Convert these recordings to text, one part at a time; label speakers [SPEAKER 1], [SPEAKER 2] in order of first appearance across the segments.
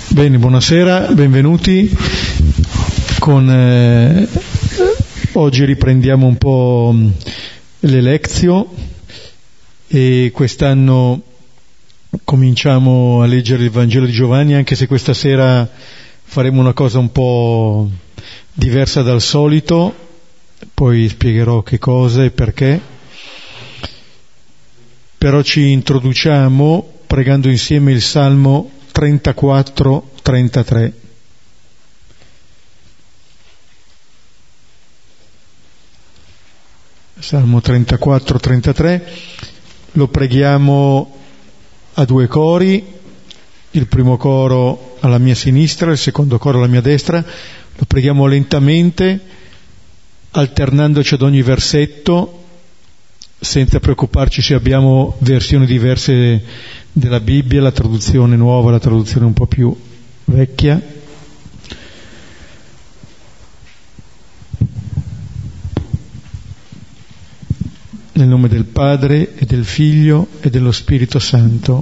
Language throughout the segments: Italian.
[SPEAKER 1] Bene, buonasera, benvenuti. Oggi riprendiamo un po' le lezioni e quest'anno cominciamo a leggere il Vangelo di Giovanni, anche se questa sera faremo una cosa un po' diversa dal solito, poi spiegherò che cosa e perché. Però ci introduciamo pregando insieme il Salmo 34-33. Salmo 34-33, lo preghiamo a due cori, il primo coro alla mia sinistra, il secondo coro alla mia destra, lo preghiamo lentamente, alternandoci ad ogni versetto, senza preoccuparci se abbiamo versioni diverse della Bibbia, la traduzione nuova, la traduzione un po' più vecchia. Nel nome del Padre e del Figlio e dello Spirito Santo.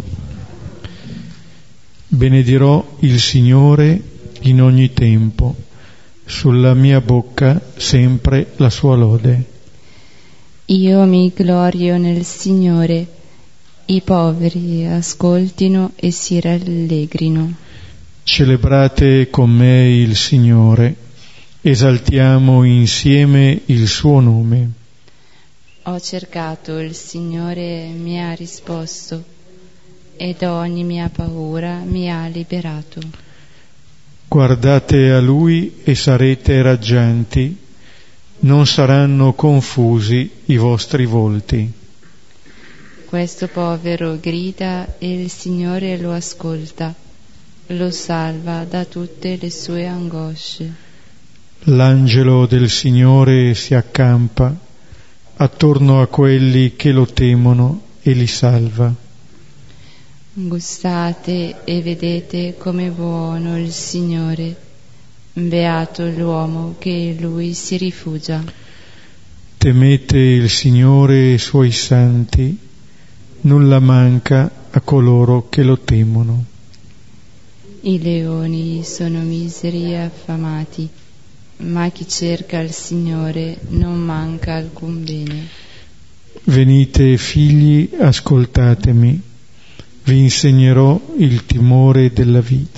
[SPEAKER 1] Benedirò il Signore in ogni tempo, sulla mia bocca sempre la sua lode.
[SPEAKER 2] Io mi glorio nel Signore, i poveri ascoltino e si rallegrino.
[SPEAKER 1] Celebrate con me il Signore, esaltiamo insieme il suo nome.
[SPEAKER 2] Ho cercato il Signore, mi ha risposto, ed ogni mia paura mi ha liberato.
[SPEAKER 1] Guardate a Lui e sarete raggianti, non saranno confusi i vostri volti.
[SPEAKER 2] Questo povero grida e il Signore lo ascolta, lo salva da tutte le sue angosce.
[SPEAKER 1] L'angelo del Signore si accampa attorno a quelli che lo temono e li salva.
[SPEAKER 2] Gustate e vedete com'è buono il Signore, beato l'uomo che in Lui si rifugia.
[SPEAKER 1] Temete il Signore e i suoi santi, nulla manca a coloro che lo temono.
[SPEAKER 2] I leoni sono miseri e affamati, ma chi cerca il Signore non manca alcun bene.
[SPEAKER 1] Venite figli, ascoltatemi, vi insegnerò il timore della vita.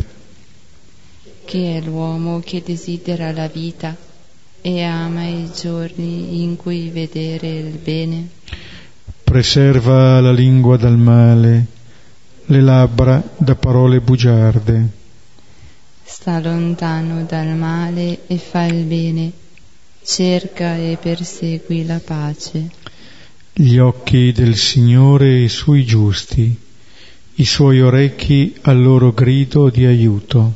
[SPEAKER 2] Chi è l'uomo che desidera la vita e ama i giorni in cui vedere il bene?
[SPEAKER 1] Preserva la lingua dal male, le labbra da parole bugiarde.
[SPEAKER 2] Sta lontano dal male e fa il bene, cerca e persegui la pace.
[SPEAKER 1] Gli occhi del Signore sui giusti, i suoi orecchi al loro grido di aiuto.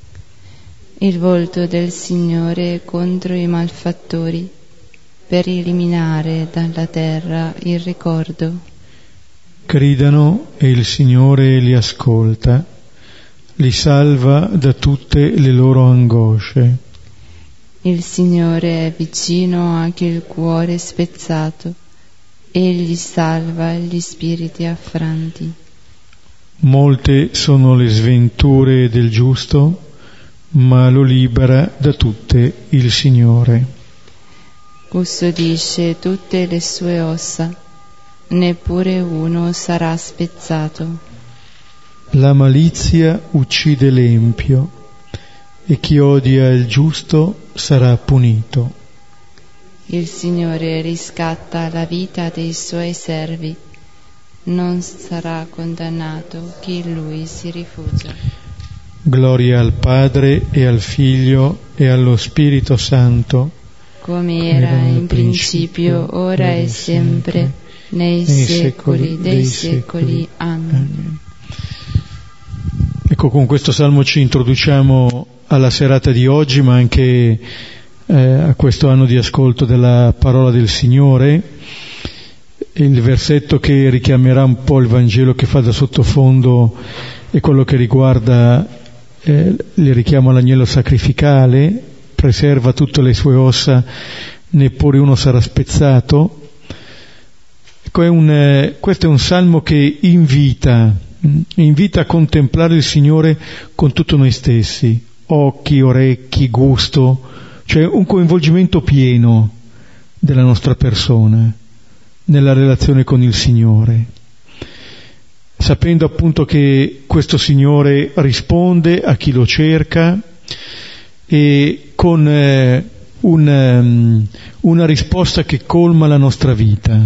[SPEAKER 2] Il volto del Signore contro i malfattori, per eliminare dalla terra il ricordo.
[SPEAKER 1] Gridano e il Signore li ascolta, li salva da tutte le loro angosce.
[SPEAKER 2] Il Signore è vicino a chi il cuore è spezzato, egli salva gli spiriti affranti.
[SPEAKER 1] Molte sono le sventure del giusto, ma lo libera da tutte il Signore.
[SPEAKER 2] Custodisce tutte le sue ossa, neppure uno sarà spezzato.
[SPEAKER 1] La malizia uccide l'empio, e chi odia il giusto sarà punito.
[SPEAKER 2] Il Signore riscatta la vita dei suoi servi, non sarà condannato chi in Lui si rifugia.
[SPEAKER 1] Gloria al Padre e al Figlio e allo Spirito Santo,
[SPEAKER 2] come era in principio, ora e sempre, nei secoli dei secoli. Amen.
[SPEAKER 1] Ecco, con questo salmo ci introduciamo alla serata di oggi, ma anche a questo anno di ascolto della parola del Signore. Il versetto che richiamerà un po' il Vangelo che fa da sottofondo è quello che riguarda il richiamo all'agnello sacrificale: preserva tutte le sue ossa, neppure uno sarà spezzato. Ecco, questo è un salmo che invita invita a contemplare il Signore con tutto noi stessi, occhi, orecchi, gusto, cioè un coinvolgimento pieno della nostra persona nella relazione con il Signore, sapendo appunto che questo Signore risponde a chi lo cerca e con una risposta che colma la nostra vita.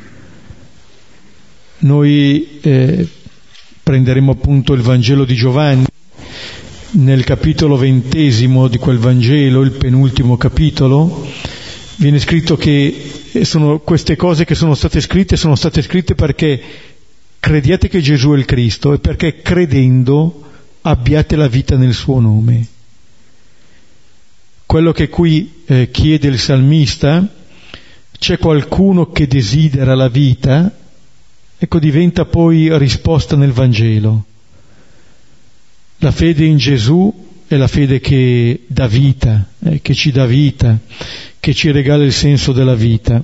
[SPEAKER 1] Noi prenderemo appunto il Vangelo di Giovanni, nel capitolo 20 di quel Vangelo, il penultimo capitolo, viene scritto che sono queste cose che sono state scritte perché crediate che Gesù è il Cristo e perché credendo abbiate la vita nel suo nome. Quello che qui chiede il salmista, c'è qualcuno che desidera la vita, ecco, diventa poi risposta nel Vangelo. La fede in Gesù è la fede che dà vita, che ci dà vita, che ci regala il senso della vita.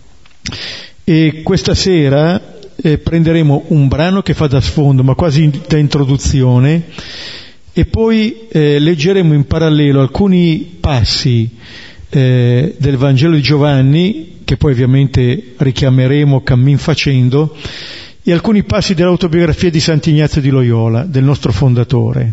[SPEAKER 1] E questa sera prenderemo un brano che fa da sfondo, ma quasi da introduzione, e poi leggeremo in parallelo alcuni passi del Vangelo di Giovanni, che poi ovviamente richiameremo cammin facendo, e alcuni passi dell'autobiografia di Sant'Ignazio di Loyola, del nostro fondatore.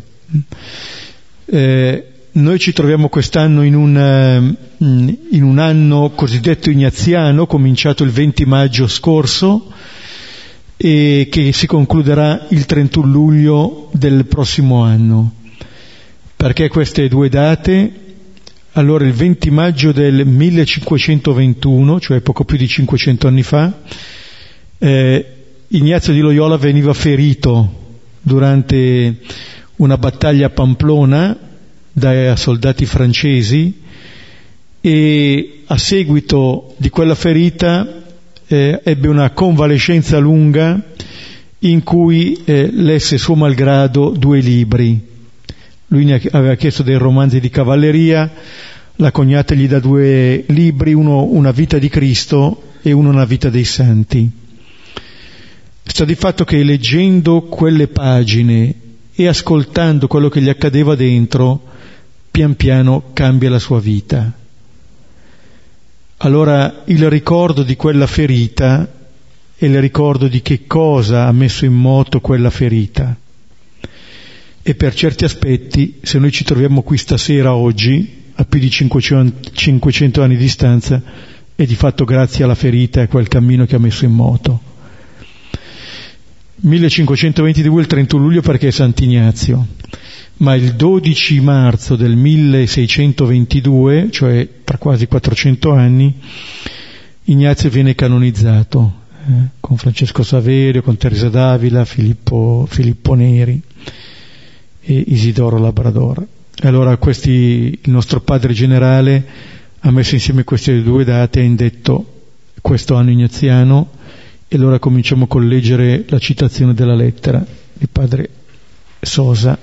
[SPEAKER 1] Noi ci troviamo quest'anno in un anno cosiddetto ignaziano, cominciato il 20 maggio scorso e che si concluderà il 31 luglio del prossimo anno. Perché queste due date? Allora, il 20 maggio del 1521, cioè poco più di 500 anni fa, Ignazio di Loyola veniva ferito durante una battaglia a Pamplona da soldati francesi e a seguito di quella ferita ebbe una convalescenza lunga in cui lesse suo malgrado 2 libri. Lui ne aveva chiesto dei romanzi di cavalleria, la cognata gli dà 2 libri, uno Una vita di Cristo e uno Una vita dei santi. Sta di fatto che leggendo quelle pagine e ascoltando quello che gli accadeva dentro, pian piano cambia la sua vita. Allora il ricordo di quella ferita è il ricordo di che cosa ha messo in moto quella ferita. E per certi aspetti, se noi ci troviamo qui stasera oggi, a più di 500 anni di distanza, è di fatto grazie alla ferita e a quel cammino che ha messo in moto. 1522 il 31 luglio perché è Sant'Ignazio, ma il 12 marzo del 1622, cioè tra quasi 400 anni, Ignazio viene canonizzato con Francesco Saverio, con Teresa d'Avila, Filippo Neri e Isidoro Labrador. Allora il nostro padre generale ha messo insieme queste 2 date e ha indetto questo anno ignaziano, e allora cominciamo col leggere la citazione della lettera di padre Sosa.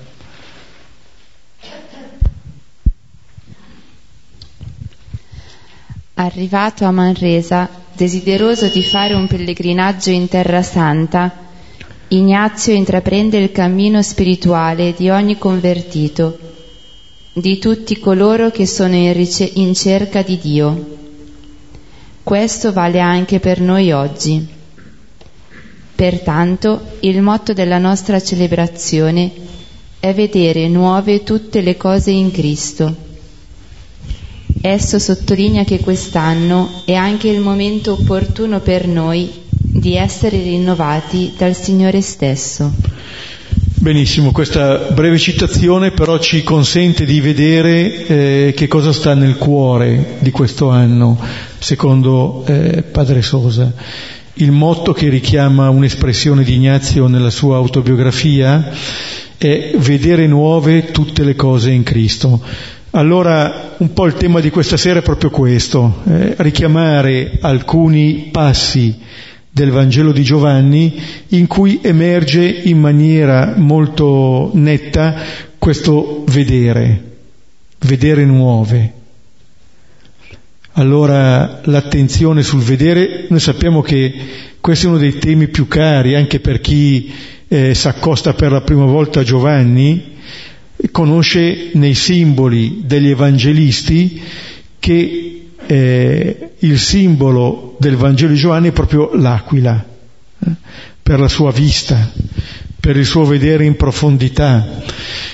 [SPEAKER 2] Arrivato a Manresa, desideroso di fare un pellegrinaggio in Terra Santa, Ignazio intraprende il cammino spirituale di ogni convertito, di tutti coloro che sono in cerca di Dio. Questo vale anche per noi oggi. Pertanto, il motto della nostra celebrazione è vedere nuove tutte le cose in Cristo. Esso sottolinea che quest'anno è anche il momento opportuno per noi di essere rinnovati dal Signore stesso.
[SPEAKER 1] Benissimo, questa breve citazione però ci consente di vedere che cosa sta nel cuore di questo anno, secondo padre Sosa. Il motto che richiama un'espressione di Ignazio nella sua autobiografia è vedere nuove tutte le cose in Cristo. Allora un po' il tema di questa sera è proprio questo, richiamare alcuni passi del Vangelo di Giovanni in cui emerge in maniera molto netta questo vedere nuove. Allora l'attenzione sul vedere, noi sappiamo che questo è uno dei temi più cari anche per chi si accosta per la prima volta a Giovanni, conosce nei simboli degli evangelisti che il simbolo del Vangelo di Giovanni è proprio l'aquila, per la sua vista, per il suo vedere in profondità.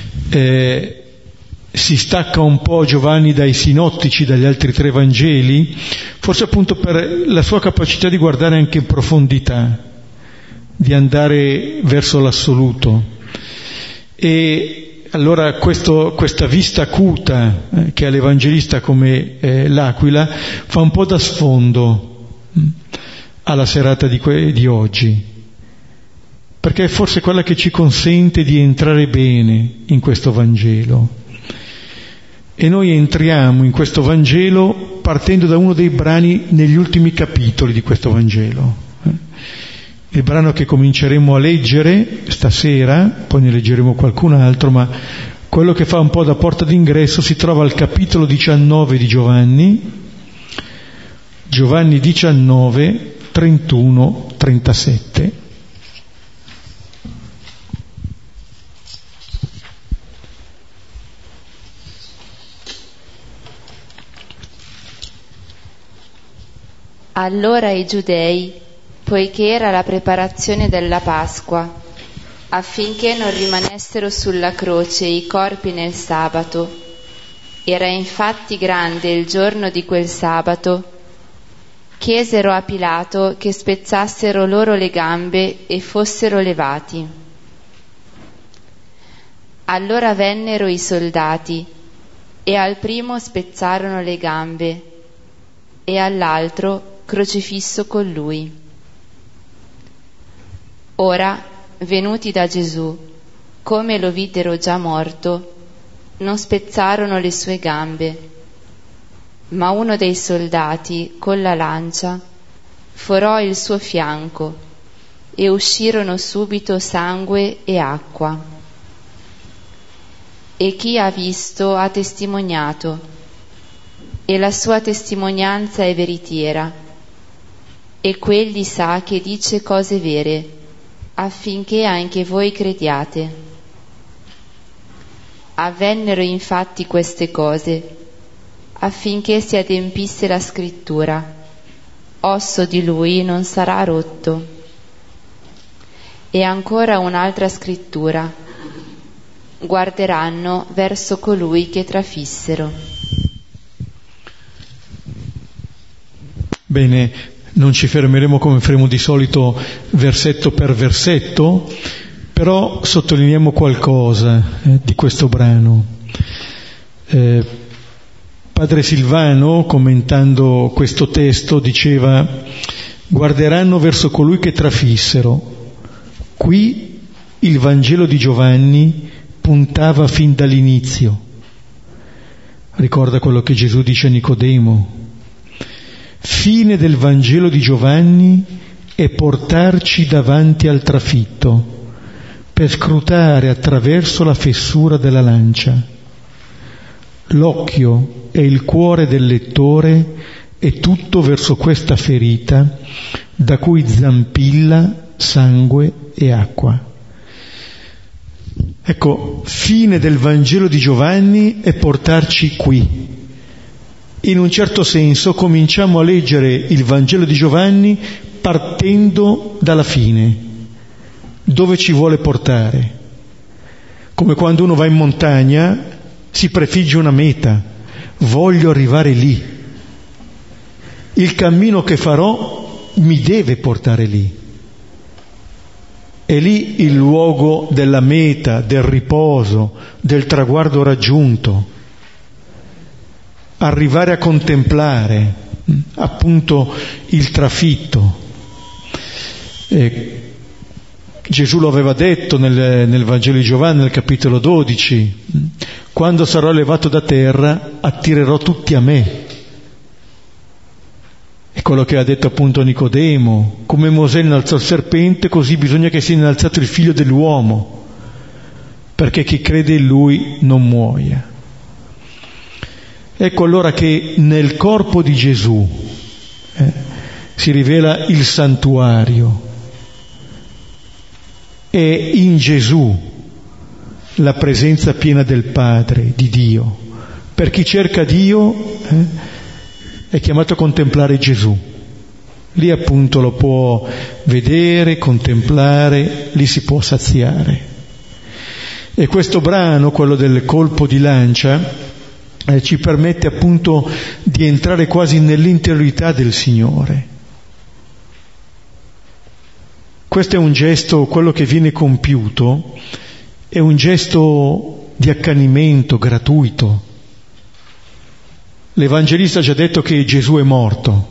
[SPEAKER 1] Si stacca un po' Giovanni dai sinottici, dagli altri 3 Vangeli, forse appunto per la sua capacità di guardare anche in profondità, di andare verso l'assoluto. E allora questa vista acuta che ha l'Evangelista come l'aquila fa un po' da sfondo alla serata di oggi, perché è forse quella che ci consente di entrare bene in questo Vangelo. E noi entriamo in questo Vangelo partendo da uno dei brani negli ultimi capitoli di questo Vangelo. Il brano che cominceremo a leggere stasera, poi ne leggeremo qualcun altro, ma quello che fa un po' da porta d'ingresso si trova al capitolo 19 di Giovanni 19, 31, 37.
[SPEAKER 2] Allora i giudei, poiché era la preparazione della Pasqua, affinché non rimanessero sulla croce i corpi nel sabato, era infatti grande il giorno di quel sabato, chiesero a Pilato che spezzassero loro le gambe e fossero levati. Allora vennero i soldati e al primo spezzarono le gambe e all'altro crocifisso con lui. Ora, venuti da Gesù, come lo videro già morto, non spezzarono le sue gambe, ma uno dei soldati, con la lancia, forò il suo fianco e uscirono subito sangue e acqua. E chi ha visto ha testimoniato, e la sua testimonianza è veritiera, e quegli sa che dice cose vere, affinché anche voi crediate. Avvennero infatti queste cose, affinché si adempisse la scrittura: osso di lui non sarà rotto. E ancora un'altra scrittura: guarderanno verso colui che trafissero.
[SPEAKER 1] Bene, non ci fermeremo come faremo di solito versetto per versetto, però sottolineiamo qualcosa di questo brano. Padre Silvano, commentando questo testo, diceva: guarderanno verso colui che trafissero. Qui il Vangelo di Giovanni puntava fin dall'inizio. Ricorda quello che Gesù dice a Nicodemo: fine del Vangelo di Giovanni è portarci davanti al trafitto per scrutare attraverso la fessura della lancia. L'occhio e il cuore del lettore è tutto verso questa ferita da cui zampilla sangue e acqua. Ecco, fine del Vangelo di Giovanni è portarci qui. In un certo senso cominciamo a leggere il Vangelo di Giovanni partendo dalla fine, dove ci vuole portare. Come quando uno va in montagna, si prefigge una meta: voglio arrivare lì. Il cammino che farò mi deve portare lì. È lì il luogo della meta, del riposo, del traguardo raggiunto. Arrivare a contemplare appunto il trafitto. Gesù lo aveva detto nel Vangelo di Giovanni, nel capitolo 12: quando sarò elevato da terra attirerò tutti a me. È quello che ha detto appunto Nicodemo: come Mosè innalzò il serpente, così bisogna che sia innalzato il figlio dell'uomo, perché chi crede in lui non muoia. Ecco allora che nel corpo di Gesù si rivela il santuario, è in Gesù la presenza piena del Padre, di Dio. Per chi cerca Dio è chiamato a contemplare Gesù. Lì appunto lo può vedere, contemplare, lì si può saziare. E questo brano, quello del colpo di lancia, ci permette appunto di entrare quasi nell'interiorità del Signore. Questo è un gesto, quello che viene compiuto, è un gesto di accanimento gratuito. L'Evangelista ha già detto che Gesù è morto.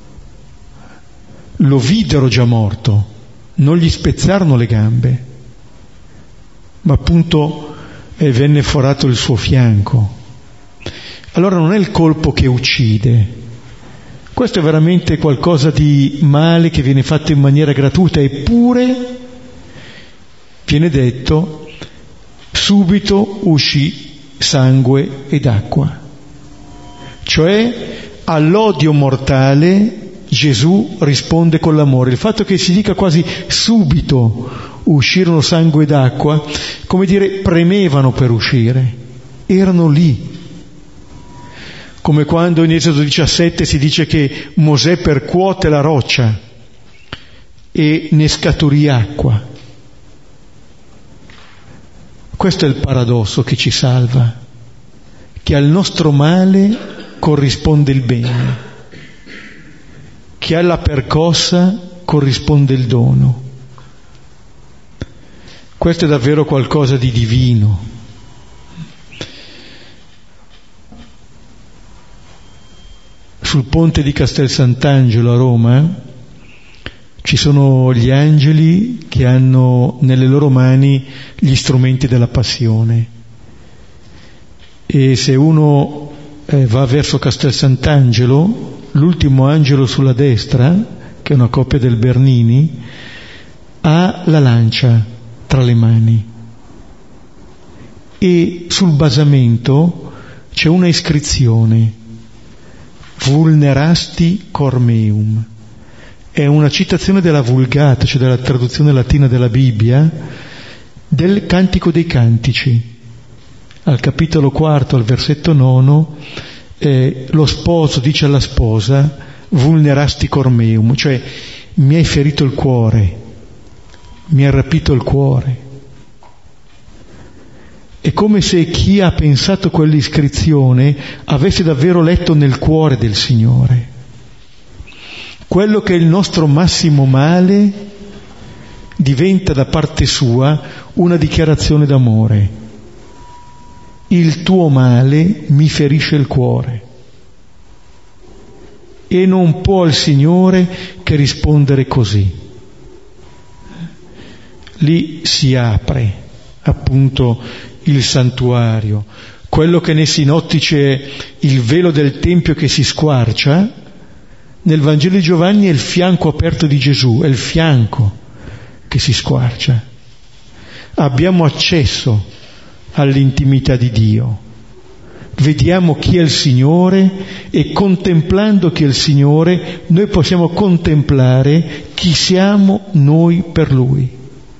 [SPEAKER 1] Lo videro già morto, non gli spezzarono le gambe, ma appunto venne forato il suo fianco. Allora non è il colpo che uccide, questo è veramente qualcosa di male che viene fatto in maniera gratuita, eppure viene detto subito uscì sangue ed acqua. Cioè all'odio mortale Gesù risponde con l'amore. Il fatto che si dica quasi subito uscirono sangue ed acqua, come dire, premevano per uscire, erano lì. Come quando in Esodo 17 si dice che Mosè percuote la roccia e ne scaturì acqua. Questo è il paradosso che ci salva, che al nostro male corrisponde il bene, che alla percossa corrisponde il dono. Questo è davvero qualcosa di divino. Sul ponte di Castel Sant'Angelo a Roma ci sono gli angeli che hanno nelle loro mani gli strumenti della passione, e se uno va verso Castel Sant'Angelo, l'ultimo angelo sulla destra, che è una copia del Bernini, ha la lancia tra le mani e sul basamento c'è una iscrizione: Vulnerasti cor meum. È una citazione della Vulgata, cioè della traduzione latina della Bibbia, del Cantico dei Cantici. Al capitolo 4, al versetto 9, lo sposo dice alla sposa: vulnerasti cor meum, cioè mi hai ferito il cuore, mi hai rapito il cuore. È come se chi ha pensato quell'iscrizione avesse davvero letto nel cuore del Signore. Quello che è il nostro massimo male diventa da parte sua una dichiarazione d'amore. Il tuo male mi ferisce il cuore. E non può il Signore che rispondere così. Lì si apre appunto il santuario, quello che nei sinottici è il velo del Tempio che si squarcia. Nel Vangelo di Giovanni è il fianco aperto di Gesù, è il fianco che si squarcia. Abbiamo accesso all'intimità di Dio, vediamo chi è il Signore e contemplando chi è il Signore noi possiamo contemplare chi siamo noi per Lui.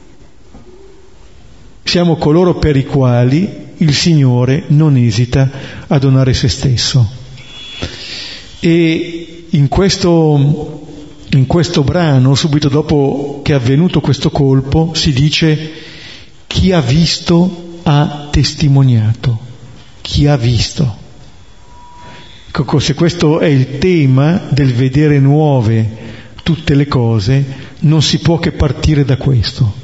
[SPEAKER 1] Siamo coloro per i quali il Signore non esita a donare se stesso. E in questo brano, subito dopo che è avvenuto questo colpo, si dice: chi ha visto ha testimoniato. Chi ha visto. Ecco, se questo è il tema del vedere nuove tutte le cose, non si può che partire da questo.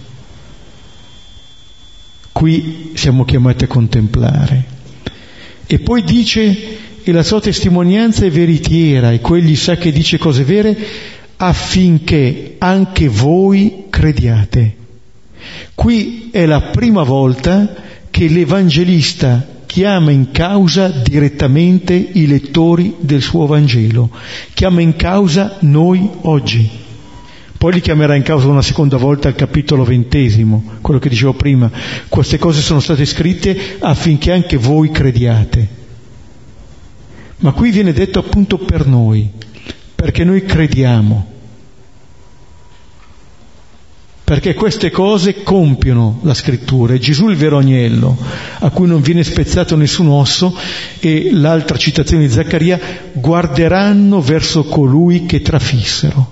[SPEAKER 1] Qui siamo chiamati a contemplare. E poi dice: e la sua testimonianza è veritiera, e quegli sa che dice cose vere, affinché anche voi crediate. Qui è la prima volta che l'Evangelista chiama in causa direttamente i lettori del suo Vangelo, chiama in causa noi oggi. Poi li chiamerà in causa una seconda volta al capitolo 20, quello che dicevo prima. Queste cose sono state scritte affinché anche voi crediate. Ma qui viene detto appunto per noi, perché noi crediamo. perché queste cose compiono la scrittura. È Gesù il vero agnello, a cui non viene spezzato nessun osso, e l'altra citazione di Zaccaria: guarderanno verso colui che trafissero.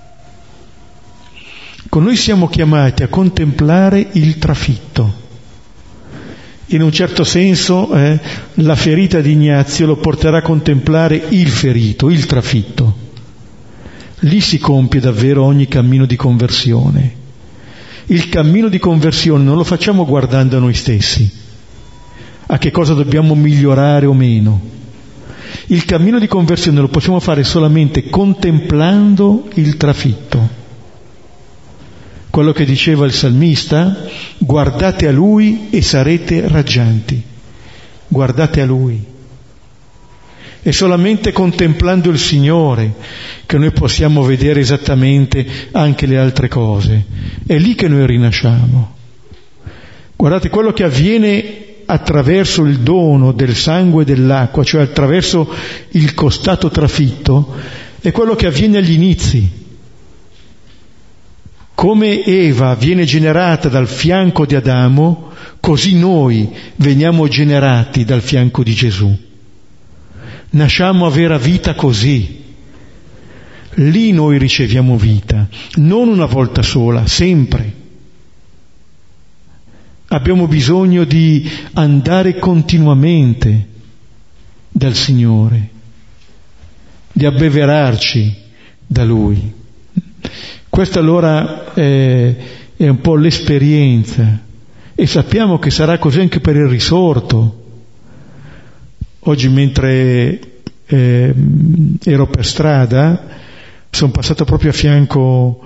[SPEAKER 1] Con noi siamo chiamati a contemplare il trafitto. In un certo senso la ferita di Ignazio lo porterà a contemplare il ferito, il trafitto. Lì si compie davvero ogni cammino di conversione. Il cammino di conversione non lo facciamo guardando a noi stessi, a che cosa dobbiamo migliorare o meno. Il cammino di conversione lo possiamo fare solamente contemplando il trafitto. Quello che diceva il salmista: guardate a Lui e sarete raggianti. Guardate a Lui. È solamente contemplando il Signore che noi possiamo vedere esattamente anche le altre cose. È lì che noi rinasciamo. Guardate, quello che avviene attraverso il dono del sangue e dell'acqua, cioè attraverso il costato trafitto, è quello che avviene agli inizi. Come Eva viene generata dal fianco di Adamo, così noi veniamo generati dal fianco di Gesù. Nasciamo a vera vita così. Lì noi riceviamo vita, non una volta sola, sempre. Abbiamo bisogno di andare continuamente dal Signore, di abbeverarci da Lui. Questa allora è un po' l'esperienza, e sappiamo che sarà così anche per il risorto. Oggi mentre ero per strada sono passato proprio a fianco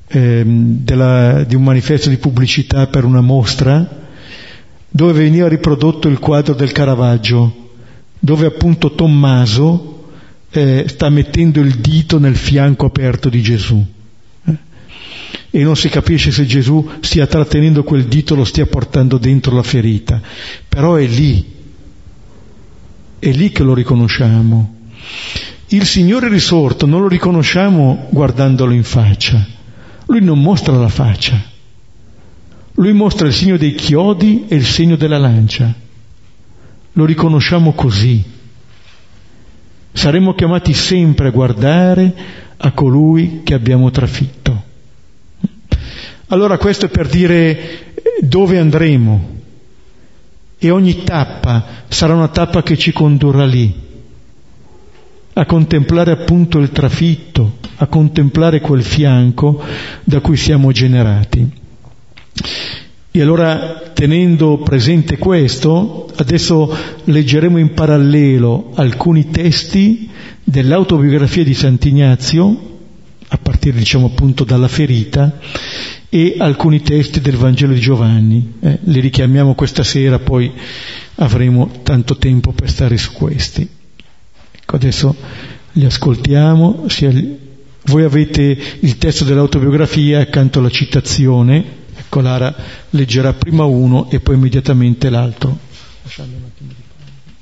[SPEAKER 1] di un manifesto di pubblicità per una mostra dove veniva riprodotto il quadro del Caravaggio, dove appunto Tommaso sta mettendo il dito nel fianco aperto di Gesù. E non si capisce se Gesù stia trattenendo quel dito o lo stia portando dentro la ferita, però è lì che lo riconosciamo. Il Signore risorto non lo riconosciamo guardandolo in faccia. Lui non mostra la faccia, Lui mostra il segno dei chiodi e il segno della lancia. Lo riconosciamo così. Saremo chiamati sempre a guardare a colui che abbiamo trafitto. Allora questo è per dire dove andremo, e ogni tappa sarà una tappa che ci condurrà lì, a contemplare appunto il trafitto, a contemplare quel fianco da cui siamo generati. E allora, tenendo presente questo, adesso leggeremo in parallelo alcuni testi dell'autobiografia di Sant'Ignazio, a partire diciamo appunto dalla ferita, e alcuni testi del Vangelo di Giovanni. Li richiamiamo questa sera, poi avremo tanto tempo per stare su questi. Ecco, adesso li ascoltiamo. Voi avete il testo dell'autobiografia accanto alla citazione. Ecco, Lara leggerà prima uno e poi immediatamente l'altro. Lasciando un attimo di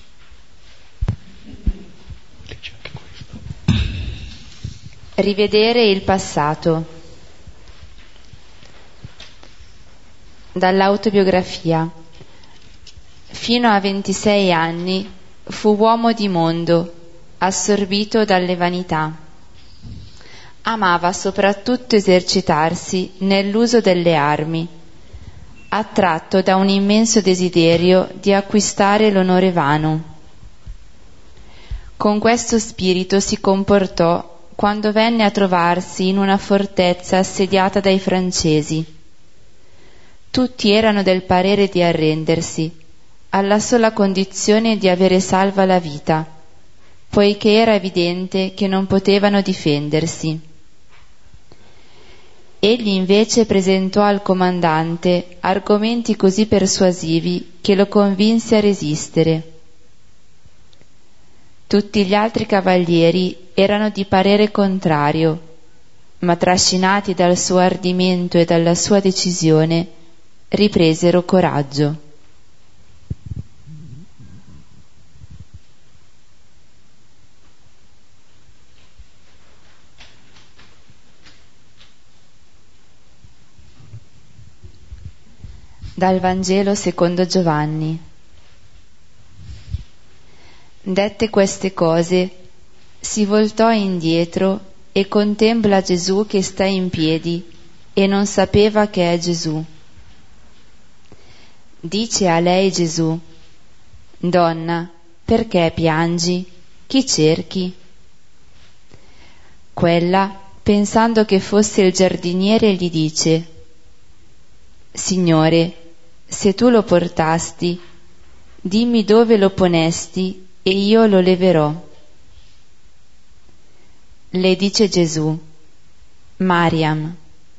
[SPEAKER 1] legge anche questo.
[SPEAKER 2] Rivedere il passato. Dall'autobiografia. Fino a 26 anni fu uomo di mondo, assorbito dalle vanità. Amava soprattutto esercitarsi nell'uso delle armi, attratto da un immenso desiderio di acquistare l'onore vano. Con questo spirito si comportò quando venne a trovarsi in una fortezza assediata dai francesi. Tutti erano del parere di arrendersi, alla sola condizione di avere salva la vita, poiché era evidente che non potevano difendersi. Egli invece presentò al comandante argomenti così persuasivi che lo convinse a resistere. Tutti gli altri cavalieri erano di parere contrario, ma trascinati dal suo ardimento e dalla sua decisione, ripresero coraggio. Dal Vangelo secondo Giovanni. Dette queste cose, si voltò indietro e contempla Gesù che sta in piedi e non sapeva che è Gesù. Dice a lei Gesù: Donna, perché piangi? Chi cerchi? Quella, pensando che fosse il giardiniere, gli dice: Signore, se tu lo portasti, dimmi dove lo ponesti e io lo leverò. Le dice Gesù: Mariam.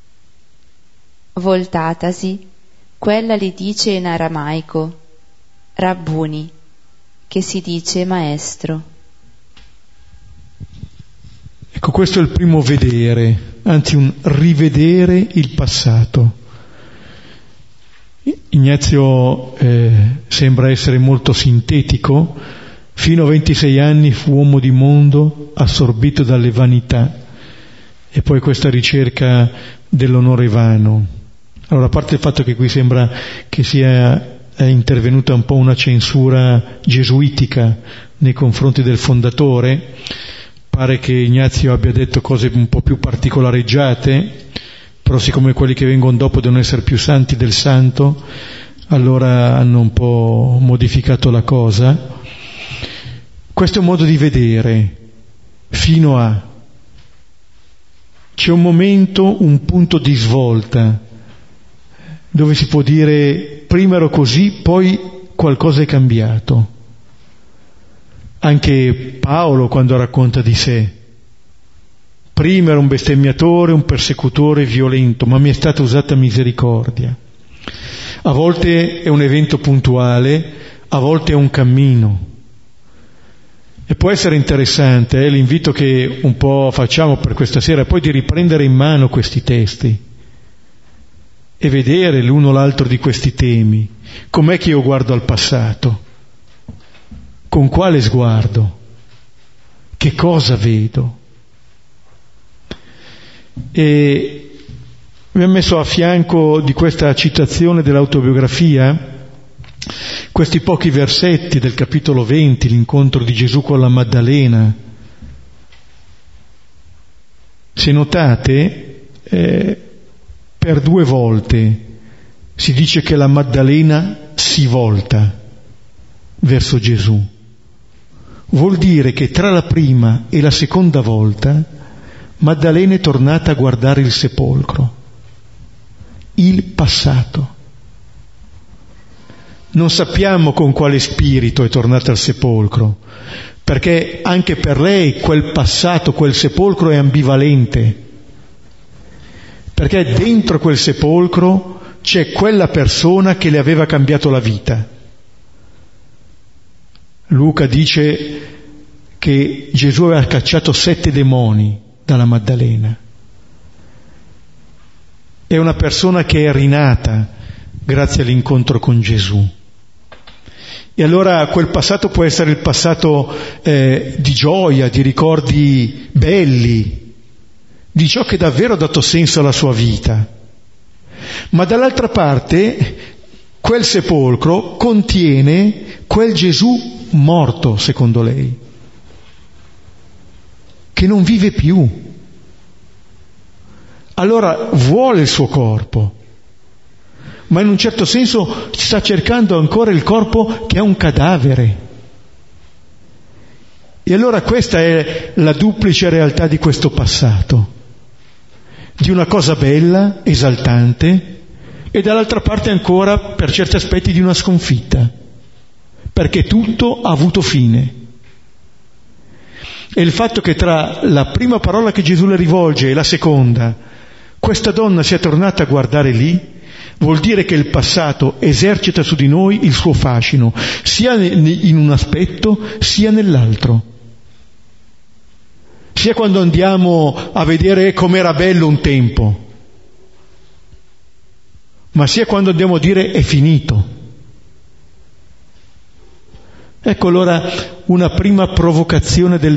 [SPEAKER 2] Voltatasi, quella gli dice in aramaico: Rabbuni, che si dice maestro.
[SPEAKER 1] Ecco, questo è il primo vedere, anzi un rivedere il passato. Ignazio sembra essere molto sintetico. Fino a 26 anni fu uomo di mondo, assorbito dalle vanità, e poi questa ricerca dell'onore vano. Allora, a parte il fatto che qui sembra che sia intervenuta un po' una censura gesuitica nei confronti del fondatore, pare che Ignazio abbia detto cose un po' più particolareggiate, però siccome quelli che vengono dopo devono essere più santi del santo, allora hanno un po' modificato la cosa. Questo è un modo di vedere, fino a... C'è un momento, un punto di svolta, dove si può dire prima ero così, poi qualcosa è cambiato. Anche Paolo quando racconta di sé: prima ero un bestemmiatore, un persecutore violento, ma mi è stata usata misericordia. A volte è un evento puntuale, a volte è un cammino. E può essere interessante, l'invito che un po' facciamo per questa sera è poi di riprendere in mano questi testi e vedere l'uno o l'altro di questi temi. Com'è che io guardo al passato? Con quale sguardo? Che cosa vedo? E mi ha messo a fianco di questa citazione dell'autobiografia questi pochi versetti del capitolo 20, l'incontro di Gesù con la Maddalena. Se notate, per 2 volte si dice che la Maddalena si volta verso Gesù. Vuol dire che tra la prima e la seconda volta Maddalena è tornata a guardare il sepolcro, il passato. Non sappiamo con quale spirito è tornata al sepolcro, perché anche per lei quel passato, quel sepolcro è ambivalente, perché dentro quel sepolcro c'è quella persona che le aveva cambiato la vita. Luca dice che Gesù aveva cacciato 7 demoni dalla Maddalena. È una persona che è rinata grazie all'incontro con Gesù. E allora quel passato può essere il passato di gioia, di ricordi belli, di ciò che davvero ha dato senso alla sua vita. Ma dall'altra parte quel sepolcro contiene quel Gesù morto, secondo lei, che non vive più. Allora vuole il suo corpo, ma in un certo senso sta cercando ancora il corpo che è un cadavere. E allora questa è la duplice realtà di questo passato, di una cosa bella, esaltante, e dall'altra parte ancora, per certi aspetti, di una sconfitta, perché tutto ha avuto fine. E il fatto che tra la prima parola che Gesù le rivolge e la seconda, questa donna sia tornata a guardare lì, vuol dire che il passato esercita su di noi il suo fascino, sia in un aspetto sia nell'altro. Sia quando andiamo a vedere com'era bello un tempo, ma sia quando andiamo a dire è finito. Ecco allora una prima provocazione del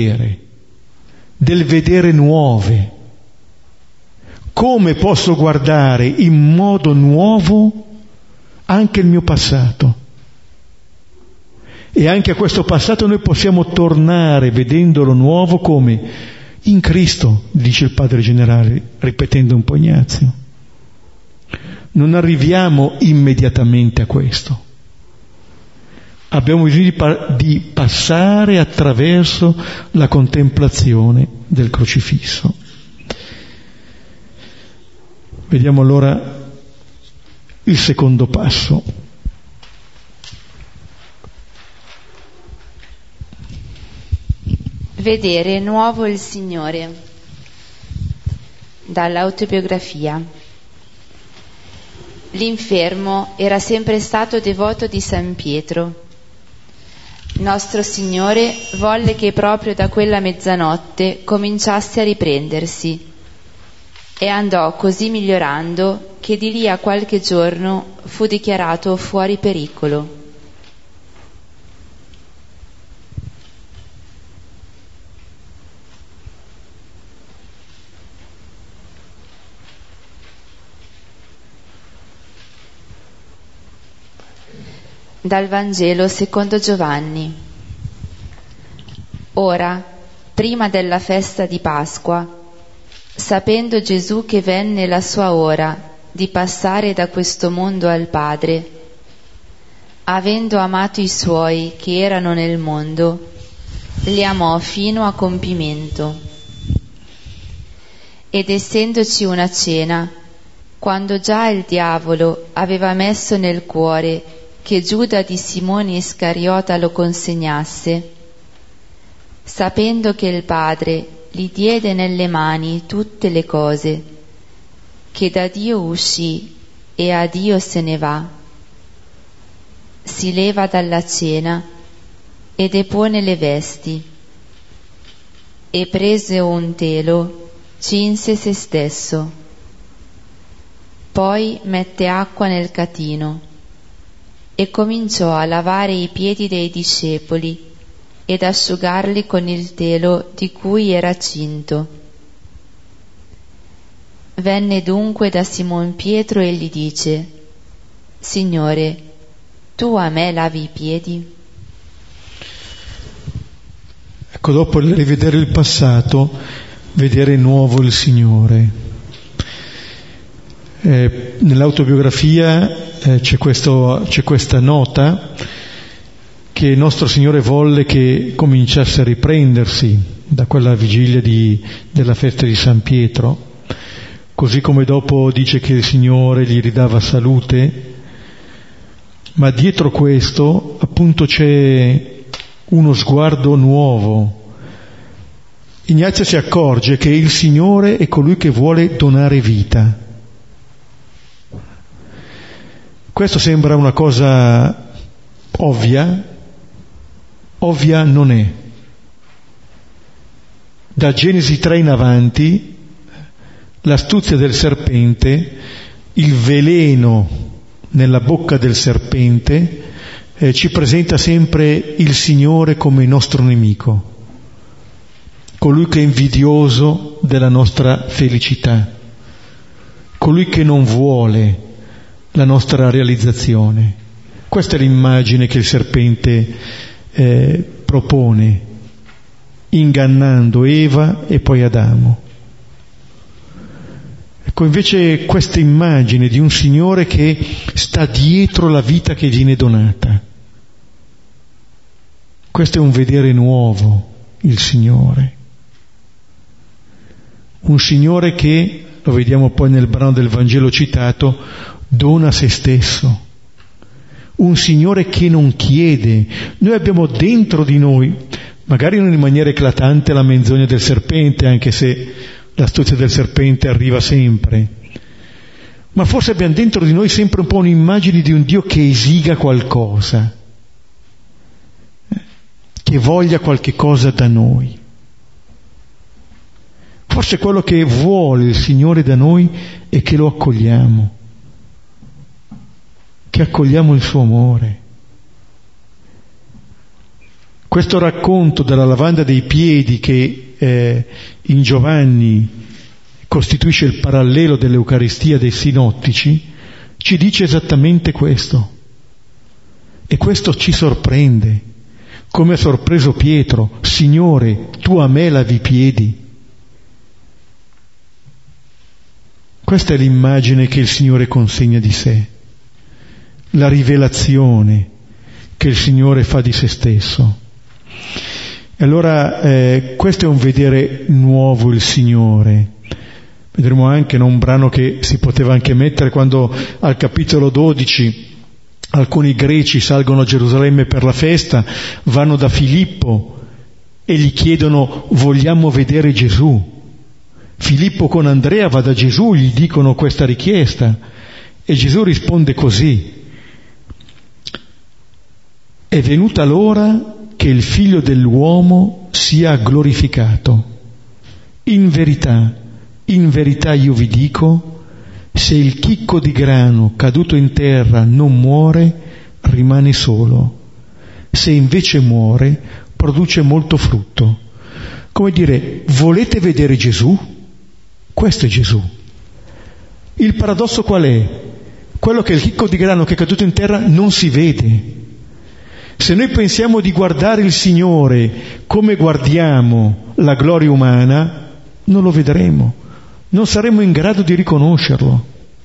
[SPEAKER 1] vedere nuove. Come posso guardare in modo nuovo anche il mio passato. E anche a questo passato noi possiamo tornare vedendolo nuovo come in Cristo, dice il Padre Generale, ripetendo un po' Ignazio. Non arriviamo immediatamente a questo. Abbiamo bisogno di passare attraverso la contemplazione del crocifisso. Vediamo allora il secondo passo.
[SPEAKER 2] Vedere nuovo il Signore. Dall'autobiografia. L'infermo era sempre stato devoto di San Pietro. Nostro Signore volle che proprio da quella mezzanotte cominciasse a riprendersi e andò così migliorando che di lì a qualche giorno fu dichiarato fuori pericolo. Dal Vangelo secondo Giovanni. Ora, prima della festa di Pasqua, sapendo Gesù che venne la sua ora di passare da questo mondo al Padre, avendo amato i suoi che erano nel mondo, li amò fino a compimento. Ed essendoci una cena, quando già il diavolo aveva messo nel cuore che Giuda di Simone Iscariota lo consegnasse, sapendo che il Padre gli diede nelle mani tutte le cose, che da Dio uscì e a Dio se ne va, si leva dalla cena e depone le vesti, e preso un telo, cinse se stesso, poi mette acqua nel catino e cominciò a lavare i piedi dei discepoli ed asciugarli con il telo di cui era cinto. Venne dunque da Simon Pietro e gli dice: Signore, tu a me lavi i piedi?
[SPEAKER 1] Ecco, dopo il rivedere il passato, vedere nuovo il Signore. Nell'autobiografia c'è questa nota che il nostro Signore volle che cominciasse a riprendersi da quella vigilia della festa di San Pietro, così come dopo dice che il Signore gli ridava salute, ma dietro questo appunto c'è uno sguardo nuovo. Ignazio si accorge che il Signore è colui che vuole donare vita. Questo sembra una cosa ovvia non è. Da Genesi 3 in avanti, l'astuzia del serpente, il veleno nella bocca del serpente, ci presenta sempre il Signore come nostro nemico, colui che è invidioso della nostra felicità, colui che non vuole la nostra realizzazione. Questa è l'immagine che il serpente propone, ingannando Eva e poi Adamo. Ecco, invece questa immagine di un Signore che sta dietro la vita che viene donata. Questo è un vedere nuovo il Signore. Un Signore che, lo vediamo poi nel brano del Vangelo citato, dona se stesso. Un Signore che non chiede. Noi abbiamo dentro di noi, magari non in maniera eclatante, la menzogna del serpente, anche se l'astuzia del serpente arriva sempre, ma forse abbiamo dentro di noi sempre un po' un'immagine di un Dio che esiga qualcosa, che voglia qualche cosa da noi. Forse quello che vuole il Signore da noi è che lo accogliamo, che accogliamo il suo amore. Questo racconto della lavanda dei piedi che in Giovanni costituisce il parallelo dell'Eucaristia dei sinottici ci dice esattamente questo. E questo ci sorprende, come ha sorpreso Pietro: Signore, tu a me lavi i piedi. Questa è l'immagine che il Signore consegna di sé, la rivelazione che il Signore fa di se stesso. E allora questo è un vedere nuovo il Signore. Vedremo anche un brano che si poteva anche mettere quando al capitolo 12 alcuni greci salgono a Gerusalemme per la festa, vanno da Filippo e gli chiedono: vogliamo vedere Gesù. Filippo con Andrea va da Gesù, gli dicono questa richiesta e Gesù risponde così: è venuta l'ora che il Figlio dell'uomo sia glorificato. In verità io vi dico, se il chicco di grano caduto in terra non muore, rimane solo. Se invece muore, produce molto frutto. Come dire, volete vedere Gesù? Questo è Gesù. Il paradosso qual è? Quello che il chicco di grano che è caduto in terra non si vede. Se noi pensiamo di guardare il Signore come guardiamo la gloria umana, non lo vedremo, non saremo in grado di riconoscerlo,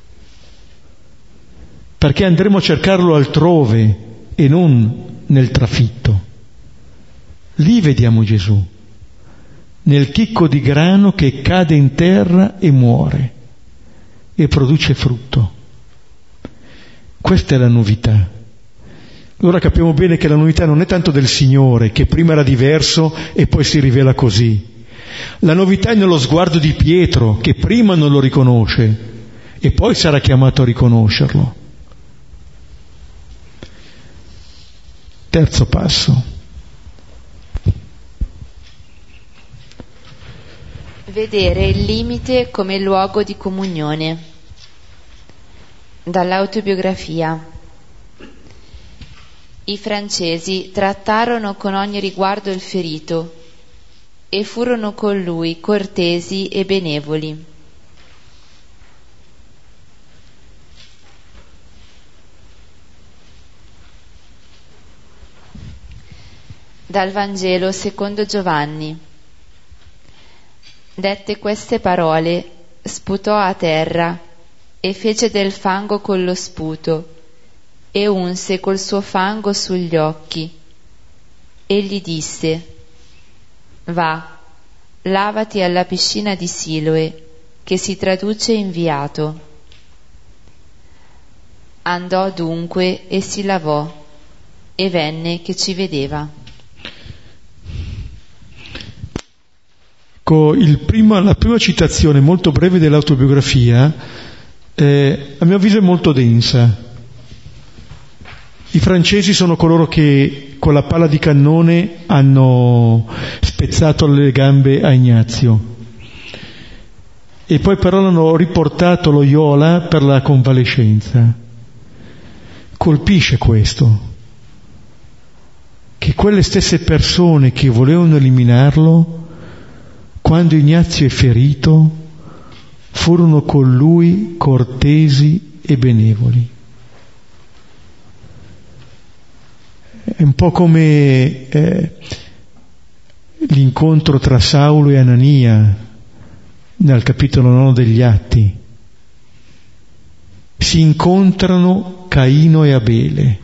[SPEAKER 1] perché andremo a cercarlo altrove e non nel trafitto. Lì vediamo Gesù, nel chicco di grano che cade in terra e muore e produce frutto. Questa è la novità. Allora capiamo bene che la novità non è tanto del Signore, che prima era diverso e poi si rivela così. La novità è nello sguardo di Pietro, che prima non lo riconosce e poi sarà chiamato a riconoscerlo. Terzo passo.
[SPEAKER 2] Vedere il limite come luogo di comunione. Dall'autobiografia. I francesi trattarono con ogni riguardo il ferito e furono con lui cortesi e benevoli. Dal Vangelo secondo Giovanni. Dette queste parole, sputò a terra e fece del fango con lo sputo e unse col suo fango sugli occhi e gli disse: va, lavati alla piscina di Siloe, che si traduce inviato. Andò dunque e si lavò e venne che ci vedeva.
[SPEAKER 1] La prima citazione molto breve dell'autobiografia a mio avviso è molto densa. I francesi sono coloro che con la pala di cannone hanno spezzato le gambe a Ignazio e poi però l'hanno riportato Loyola per la convalescenza. Colpisce questo, che quelle stesse persone che volevano eliminarlo, quando Ignazio è ferito, furono con lui cortesi e benevoli. È un po' come l'incontro tra Saulo e Anania nel capitolo 9 degli Atti. Si incontrano Caino e Abele.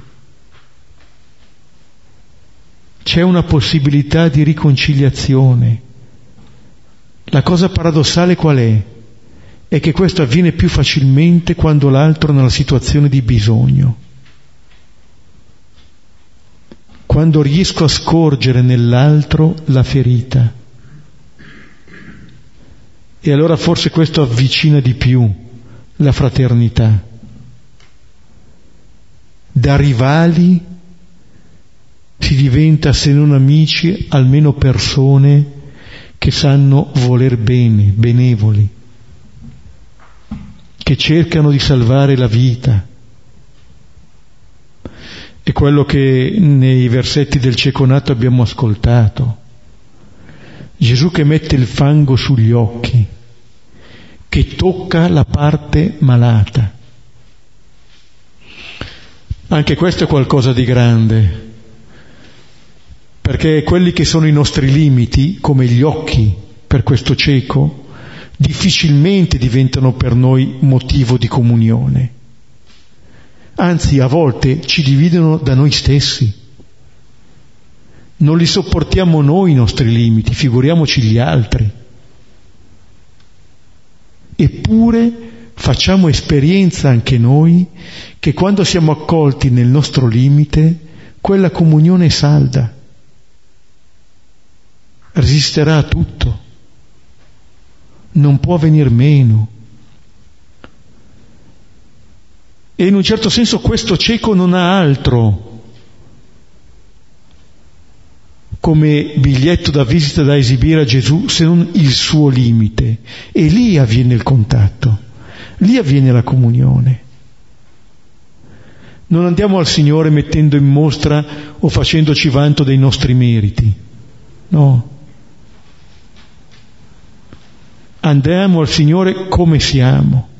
[SPEAKER 1] C'è una possibilità di riconciliazione. La cosa paradossale qual è? È che questo avviene più facilmente quando l'altro è nella situazione di bisogno. Quando riesco a scorgere nell'altro la ferita. E allora forse questo avvicina di più la fraternità. Da rivali si diventa, se non amici, almeno persone che sanno voler bene, benevoli, che cercano di salvare la vita. È quello che nei versetti del cieco nato abbiamo ascoltato. Gesù che mette il fango sugli occhi, che tocca la parte malata. Anche questo è qualcosa di grande, perché quelli che sono i nostri limiti, come gli occhi per questo cieco, difficilmente diventano per noi motivo di comunione. Anzi, a volte ci dividono da noi stessi. Non li sopportiamo noi i nostri limiti, figuriamoci gli altri. Eppure facciamo esperienza anche noi che quando siamo accolti nel nostro limite, quella comunione è salda, resisterà a tutto, non può venir meno. E in un certo senso questo cieco non ha altro come biglietto da visita da esibire a Gesù se non il suo limite. E lì avviene il contatto, lì avviene la comunione. Non andiamo al Signore mettendo in mostra o facendoci vanto dei nostri meriti, no. Andiamo al Signore come siamo.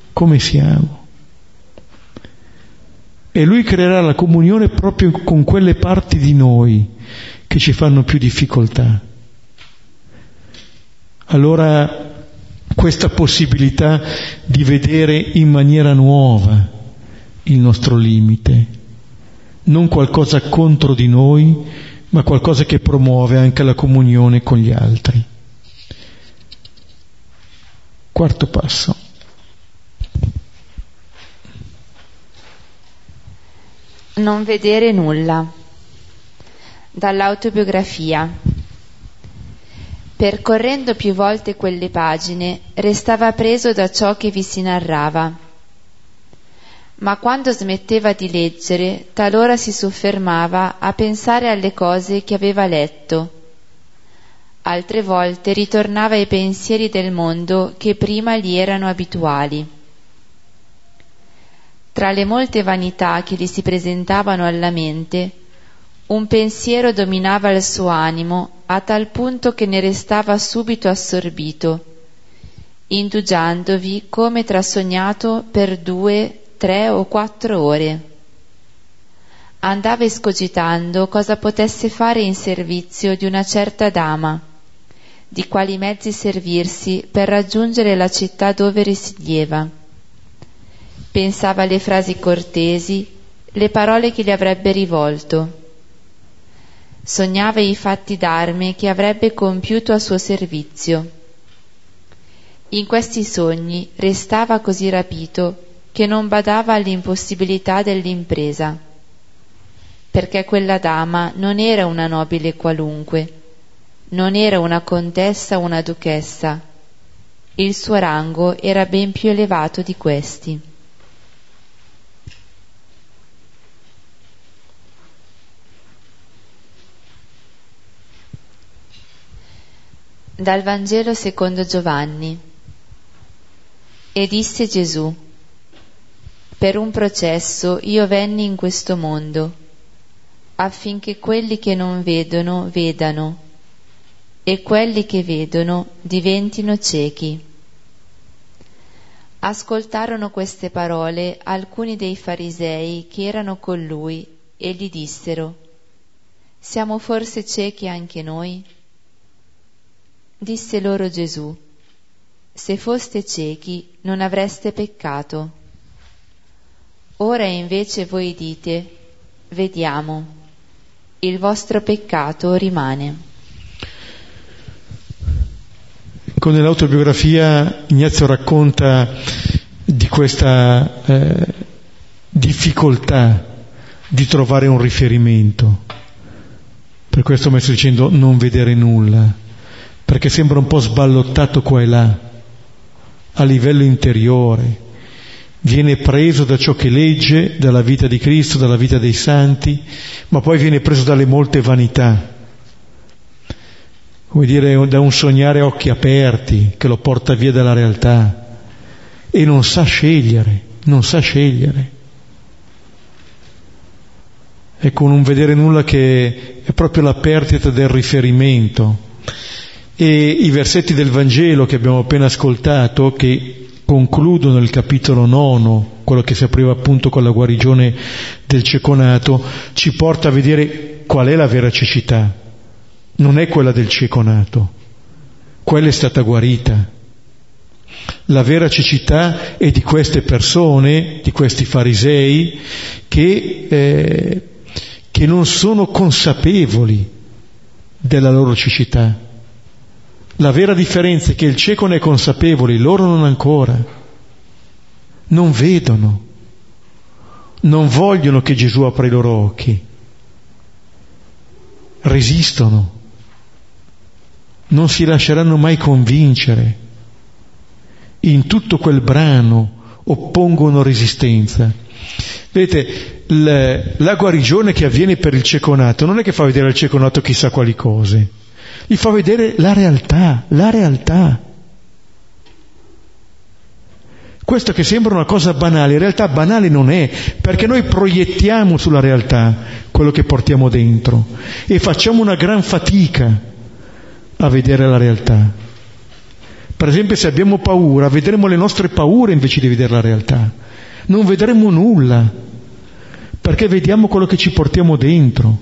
[SPEAKER 1] E Lui creerà la comunione proprio con quelle parti di noi che ci fanno più difficoltà. Allora questa possibilità di vedere in maniera nuova il nostro limite, non qualcosa contro di noi, ma qualcosa che promuove anche la comunione con gli altri. Quarto passo.
[SPEAKER 2] Non vedere nulla. Dall'autobiografia. Percorrendo più volte quelle pagine, restava preso da ciò che vi si narrava. Ma quando smetteva di leggere, talora si soffermava a pensare alle cose che aveva letto. Altre volte ritornava ai pensieri del mondo che prima gli erano abituali. Tra le molte vanità che gli si presentavano alla mente, un pensiero dominava il suo animo a tal punto che ne restava subito assorbito, indugiandovi come trasognato per 2, 3 o 4 ore. Andava escogitando cosa potesse fare in servizio di una certa dama, di quali mezzi servirsi per raggiungere la città dove risiedeva. Pensava alle frasi cortesi, le parole che gli avrebbe rivolto. Sognava i fatti d'arme che avrebbe compiuto a suo servizio. In questi sogni restava così rapito che non badava all'impossibilità dell'impresa, perché quella dama non era una nobile qualunque, non era una contessa o una duchessa. Il suo rango era ben più elevato di questi. Dal Vangelo secondo Giovanni. E disse Gesù: per un processo io venni in questo mondo, affinché quelli che non vedono vedano, e quelli che vedono diventino ciechi. Ascoltarono queste parole alcuni dei farisei che erano con lui e gli dissero: siamo forse ciechi anche noi? Disse loro Gesù: se foste ciechi non avreste peccato. Ora invece voi dite: vediamo. Il vostro peccato rimane.
[SPEAKER 1] Nell'autobiografia Ignazio racconta di questa difficoltà di trovare un riferimento. Per questo mi sto dicendo non vedere nulla, perché sembra un po' sballottato qua e là, a livello interiore. Viene preso da ciò che legge, dalla vita di Cristo, dalla vita dei santi, ma poi viene preso dalle molte vanità, come dire, da un sognare a occhi aperti che lo porta via dalla realtà, e non sa scegliere. È con un vedere nulla che è proprio la perdita del riferimento. E i versetti del Vangelo che abbiamo appena ascoltato, che concludo nel capitolo 9, quello che si apriva appunto con la guarigione del cieco, ci porta a vedere qual è la vera cecità. Non è quella del cieco nato, quella è stata guarita. La vera cecità è di queste persone, di questi farisei, che non sono consapevoli della loro cecità. La vera differenza è che il cieco ne è consapevole, loro non ancora. Non vedono, non vogliono che Gesù apra i loro occhi, resistono, non si lasceranno mai convincere. In tutto quel brano oppongono resistenza. Vedete, la guarigione che avviene per il cieco nato non è che fa vedere al cieco nato chissà quali cose, gli fa vedere la realtà. Questo che sembra una cosa banale, in realtà banale non è, perché noi proiettiamo sulla realtà quello che portiamo dentro e facciamo una gran fatica a vedere la realtà. Per esempio, se abbiamo paura, vedremo le nostre paure invece di vedere la realtà. Non vedremo nulla, perché vediamo quello che ci portiamo dentro.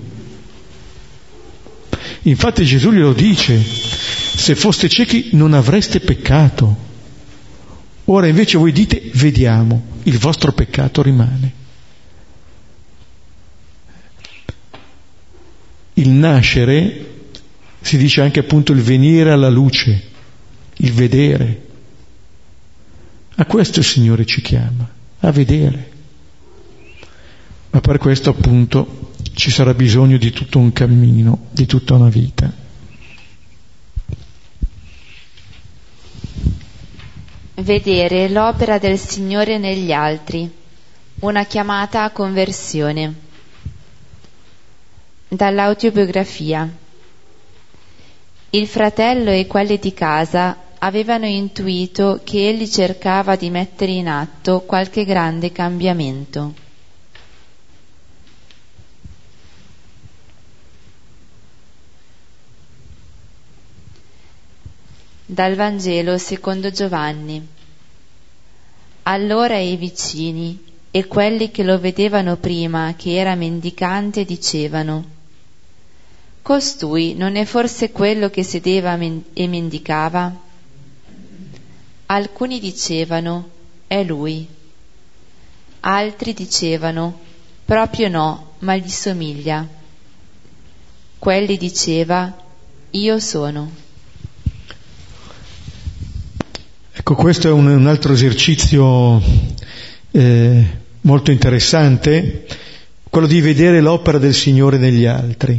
[SPEAKER 1] Infatti Gesù glielo dice: se foste ciechi non avreste peccato. Ora invece voi dite: vediamo, il vostro peccato rimane. Il nascere si dice anche appunto il venire alla luce, il vedere. A questo il Signore ci chiama, a vedere. Ma per questo appunto ci sarà bisogno di tutto un cammino, di tutta una vita.
[SPEAKER 2] Vedere l'opera del Signore negli altri, una chiamata a conversione. Dall'autobiografia. Il fratello e quelli di casa avevano intuito che egli cercava di mettere in atto qualche grande cambiamento. Dal Vangelo secondo Giovanni. Allora i vicini e quelli che lo vedevano prima che era mendicante dicevano: costui non è forse quello che sedeva e mendicava? Alcuni dicevano: è lui. Altri dicevano: proprio no, ma gli somiglia. Quelli diceva: io sono.
[SPEAKER 1] Ecco, questo è un altro esercizio molto interessante, quello di vedere l'opera del Signore negli altri.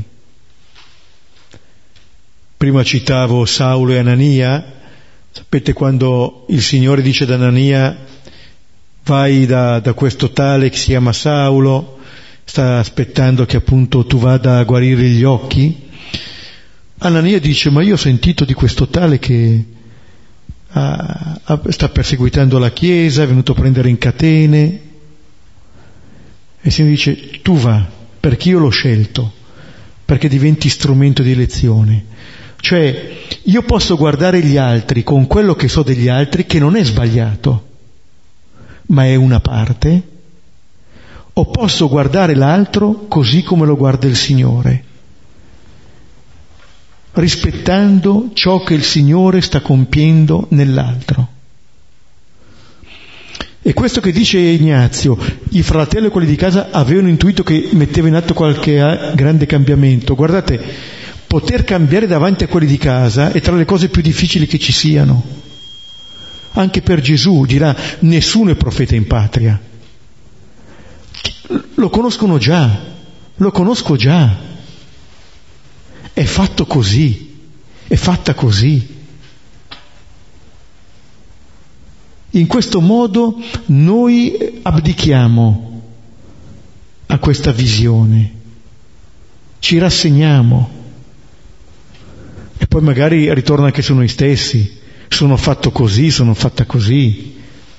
[SPEAKER 1] Prima citavo Saulo e Anania. Sapete, quando il Signore dice ad Anania: vai da questo tale che si chiama Saulo, sta aspettando che appunto tu vada a guarire gli occhi, Anania dice: ma io ho sentito di questo tale che sta perseguitando la Chiesa, è venuto a prendere in catene. E il Signore dice: tu va, perché io l'ho scelto, perché diventi strumento di elezione. Cioè, io posso guardare gli altri con quello che so degli altri, che non è sbagliato, ma è una parte, o posso guardare l'altro così come lo guarda il Signore, rispettando ciò che il Signore sta compiendo nell'altro. E questo che dice Ignazio, i fratelli e quelli di casa avevano intuito che metteva in atto qualche grande cambiamento. Guardate, poter cambiare davanti a quelli di casa è tra le cose più difficili che ci siano. Anche per Gesù dirà: nessuno è profeta in patria. Lo conoscono già, lo conosco già. È fatto così, è fatta così. In questo modo noi abdichiamo a questa visione, ci rassegniamo e poi magari ritorna anche su noi stessi: sono fatto così, sono fatta così.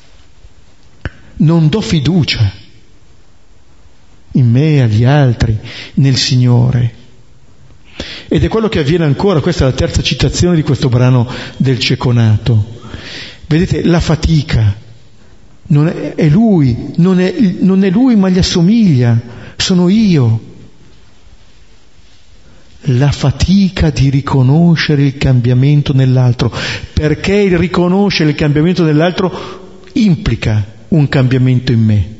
[SPEAKER 1] Non do fiducia in me, agli altri, nel Signore. Ed è quello che avviene ancora. Questa è la terza citazione di questo brano del cieco nato. Vedete, la fatica non è lui, non è lui, ma gli assomiglia, sono io. La fatica di riconoscere il cambiamento nell'altro, perché il riconoscere il cambiamento nell'altro implica un cambiamento in me.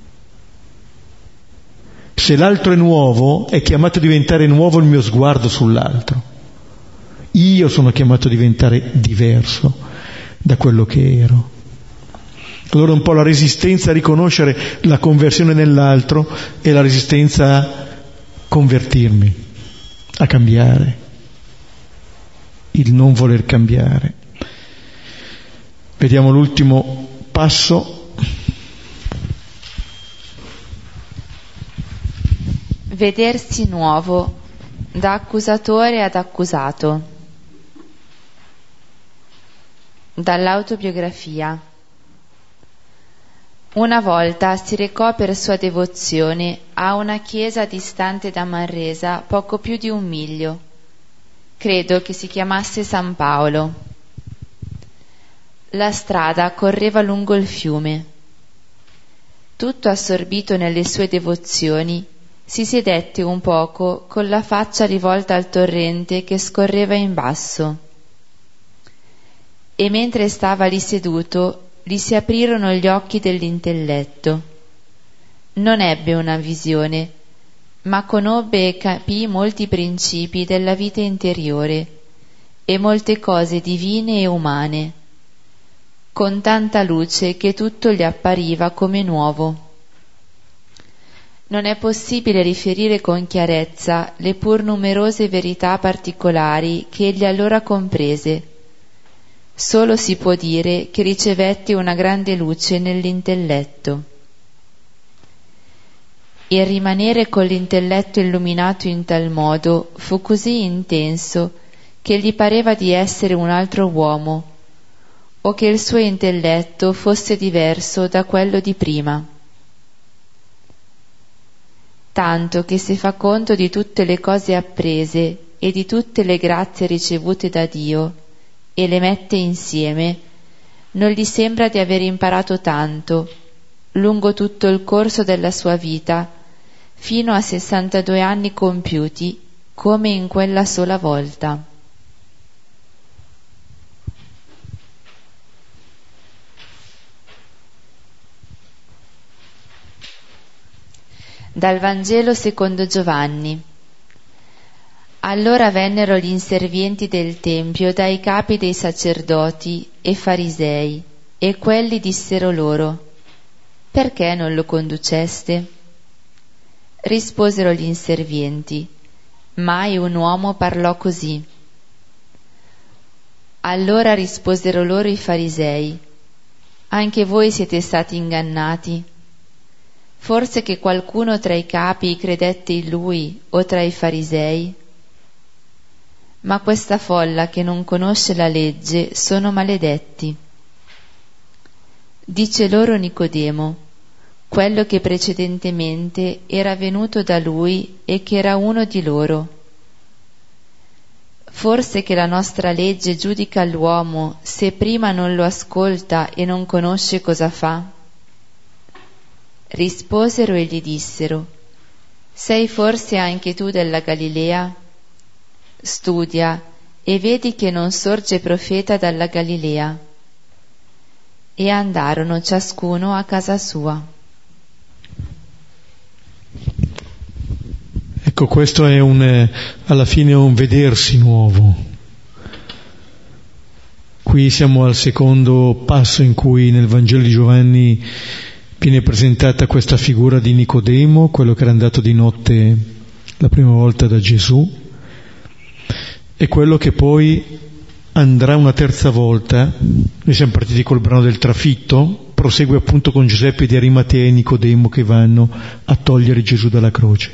[SPEAKER 1] Se l'altro è nuovo, è chiamato a diventare nuovo il mio sguardo sull'altro. Io sono chiamato a diventare diverso da quello che ero. Allora un po' la resistenza a riconoscere la conversione nell'altro e la resistenza a convertirmi, a cambiare, il non voler cambiare. Vediamo l'ultimo passo.
[SPEAKER 2] Vedersi nuovo, da accusatore ad accusato. Dall'autobiografia. Una volta si recò per sua devozione a una chiesa distante da Manresa poco più di 1 miglio. Credo che si chiamasse San Paolo. La strada correva lungo il fiume. Tutto assorbito nelle sue devozioni, si sedette un poco con la faccia rivolta al torrente che scorreva in basso. E mentre stava lì seduto, gli si aprirono gli occhi dell'intelletto. Non ebbe una visione, ma conobbe e capì molti principi della vita interiore e molte cose divine e umane, con tanta luce che tutto gli appariva come nuovo. Non è possibile riferire con chiarezza le pur numerose verità particolari che egli allora comprese. Solo si può dire che ricevette una grande luce nell'intelletto. Il rimanere con l'intelletto illuminato in tal modo fu così intenso che gli pareva di essere un altro uomo, o che il suo intelletto fosse diverso da quello di prima. Tanto che se fa conto di tutte le cose apprese e di tutte le grazie ricevute da Dio e le mette insieme, non gli sembra di aver imparato tanto, lungo tutto il corso della sua vita, fino a 62 anni compiuti, come in quella sola volta. Dal Vangelo secondo Giovanni. Allora vennero gli inservienti del Tempio dai capi dei sacerdoti e farisei, e quelli dissero loro: perché non lo conduceste? Risposero gli inservienti: mai un uomo parlò così. Allora risposero loro i farisei: anche voi siete stati ingannati? Forse che qualcuno tra i capi credette in lui o tra i farisei? Ma questa folla che non conosce la legge sono maledetti. Dice loro Nicodemo, quello che precedentemente era venuto da lui e che era uno di loro: forse che la nostra legge giudica l'uomo se prima non lo ascolta e non conosce cosa fa? Risposero e gli dissero: sei forse anche tu della Galilea? Studia e vedi che non sorge profeta dalla Galilea. E andarono ciascuno a casa sua.
[SPEAKER 1] Ecco, questo è alla fine un vedersi nuovo. Qui siamo al secondo passo in cui nel Vangelo di Giovanni viene presentata questa figura di Nicodemo, quello che era andato di notte la prima volta da Gesù, e quello che poi andrà una terza volta. Noi siamo partiti col brano del trafitto, prosegue appunto con Giuseppe di Arimatea e Nicodemo che vanno a togliere Gesù dalla croce.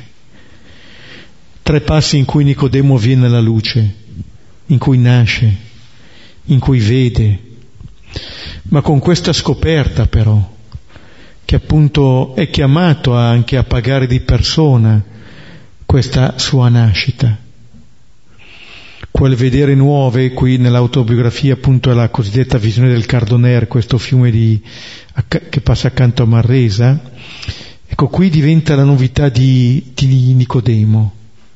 [SPEAKER 1] 3 passi in cui Nicodemo viene alla luce, in cui nasce, in cui vede, ma con questa scoperta però, che appunto è chiamato anche a pagare di persona questa sua nascita. quel vedere nuove, qui nell'autobiografia appunto è la cosiddetta visione del Cardoner, questo fiume che passa accanto a Manresa. Ecco, qui diventa la novità di Nicodemo,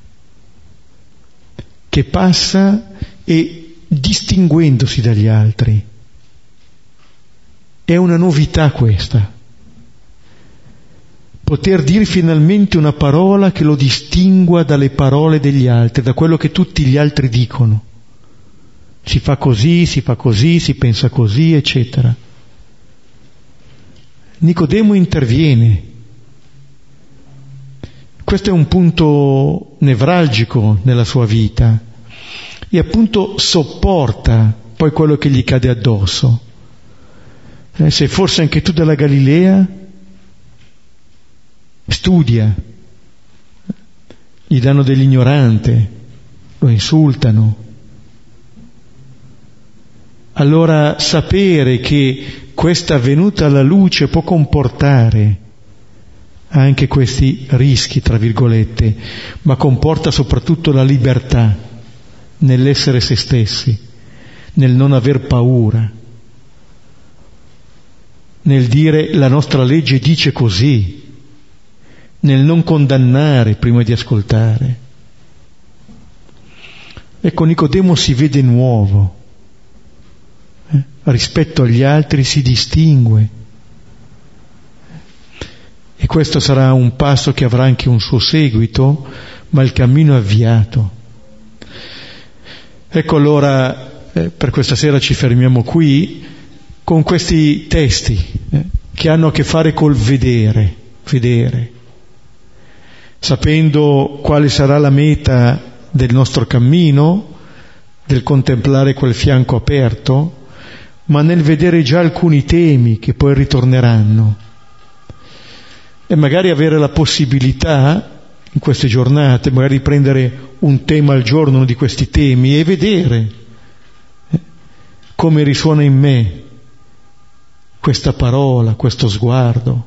[SPEAKER 1] che passa e distinguendosi dagli altri. È una novità questa. Poter dire finalmente una parola che lo distingua dalle parole degli altri, da quello che tutti gli altri dicono. Si fa così, si pensa così, eccetera. Nicodemo interviene. Questo è un punto nevralgico nella sua vita e appunto sopporta poi quello che gli cade addosso. Se forse anche tu dalla Galilea, studia, gli danno dell'ignorante, lo insultano. Allora sapere che questa venuta alla luce può comportare anche questi rischi, tra virgolette, ma comporta soprattutto la libertà nell'essere se stessi, nel non aver paura, nel dire la nostra legge dice così, nel non condannare prima di ascoltare. Ecco, Nicodemo si vede nuovo, rispetto agli altri si distingue. E questo sarà un passo che avrà anche un suo seguito, ma il cammino è avviato. Ecco allora, per questa sera ci fermiamo qui con questi testi che hanno a che fare col vedere, sapendo quale sarà la meta del nostro cammino, del contemplare quel fianco aperto, ma nel vedere già alcuni temi che poi ritorneranno. E magari avere la possibilità in queste giornate, magari prendere un tema al giorno, uno di questi temi, e vedere come risuona in me questa parola, questo sguardo.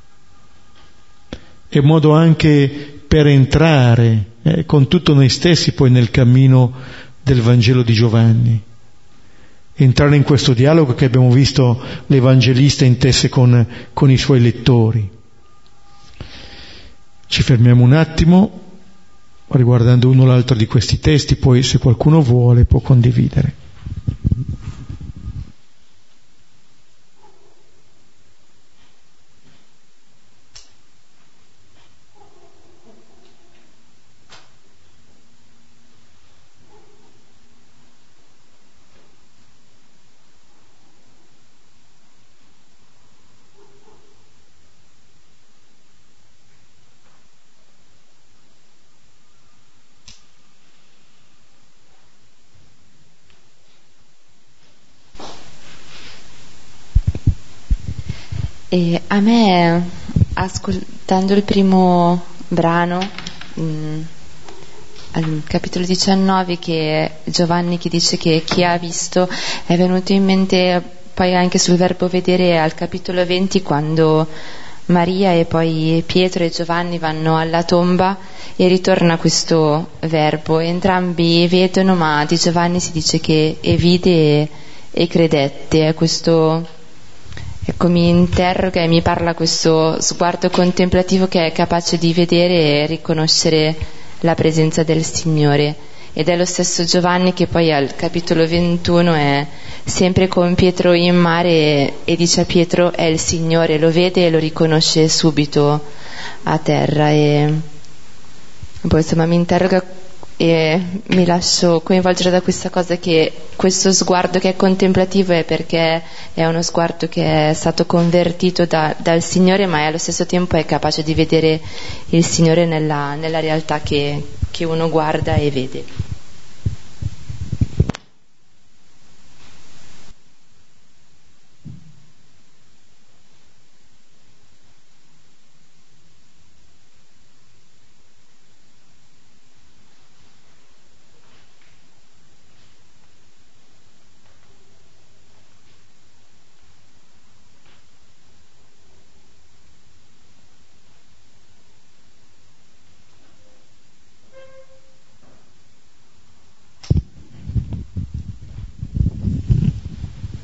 [SPEAKER 1] È un modo anche per entrare con tutto noi stessi poi nel cammino del Vangelo di Giovanni. Entrare in questo dialogo che abbiamo visto l'Evangelista intesse con i suoi lettori. Ci fermiamo un attimo riguardando uno o l'altro di questi testi, poi se qualcuno vuole può condividere.
[SPEAKER 2] E a me, ascoltando il primo brano, al capitolo 19, che Giovanni che dice che chi ha visto, è venuto in mente poi anche sul verbo vedere al capitolo 20, quando Maria e poi Pietro e Giovanni vanno alla tomba e ritorna questo verbo. Entrambi vedono, ma di Giovanni si dice che e vide e credette. È questo... Ecco, mi interroga e mi parla questo sguardo contemplativo che è capace di vedere e riconoscere la presenza del Signore. Ed è lo stesso Giovanni che poi al capitolo 21 è sempre con Pietro in mare e dice a Pietro: è il Signore, lo vede e lo riconosce subito a terra. E poi insomma mi interroga e mi lascio coinvolgere da questa cosa, che questo sguardo che è contemplativo è perché è uno sguardo che è stato convertito dal Signore, ma allo stesso tempo è capace di vedere il Signore nella realtà che uno guarda e vede.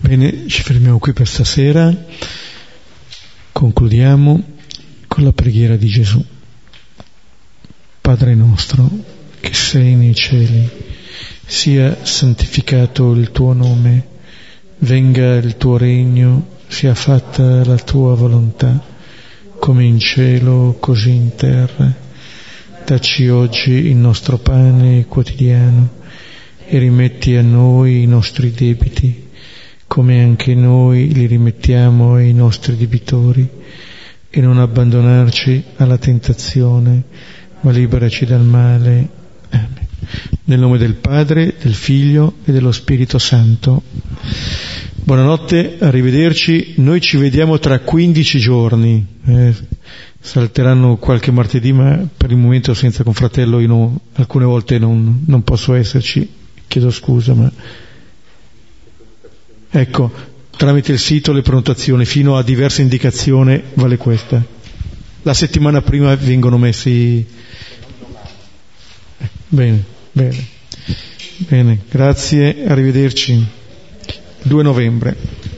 [SPEAKER 1] Bene, ci fermiamo qui per stasera. Concludiamo con la preghiera di Gesù. Padre nostro, che sei nei cieli, sia santificato il tuo nome, venga il tuo regno, sia fatta la tua volontà, come in cielo, così in terra. Dacci oggi il nostro pane quotidiano e rimetti a noi i nostri debiti, come anche noi li rimettiamo ai nostri debitori, e non abbandonarci alla tentazione, ma liberaci dal male. Amen. Nel nome del Padre, del Figlio e dello Spirito Santo. Buonanotte, arrivederci. Noi ci vediamo tra 15 giorni. Salteranno qualche martedì, ma per il momento senza confratello io alcune volte non posso esserci. Chiedo scusa, ma ecco, tramite il sito le prenotazioni fino a diversa indicazione vale questa. La settimana prima vengono messi. Bene, grazie, arrivederci. 2 novembre.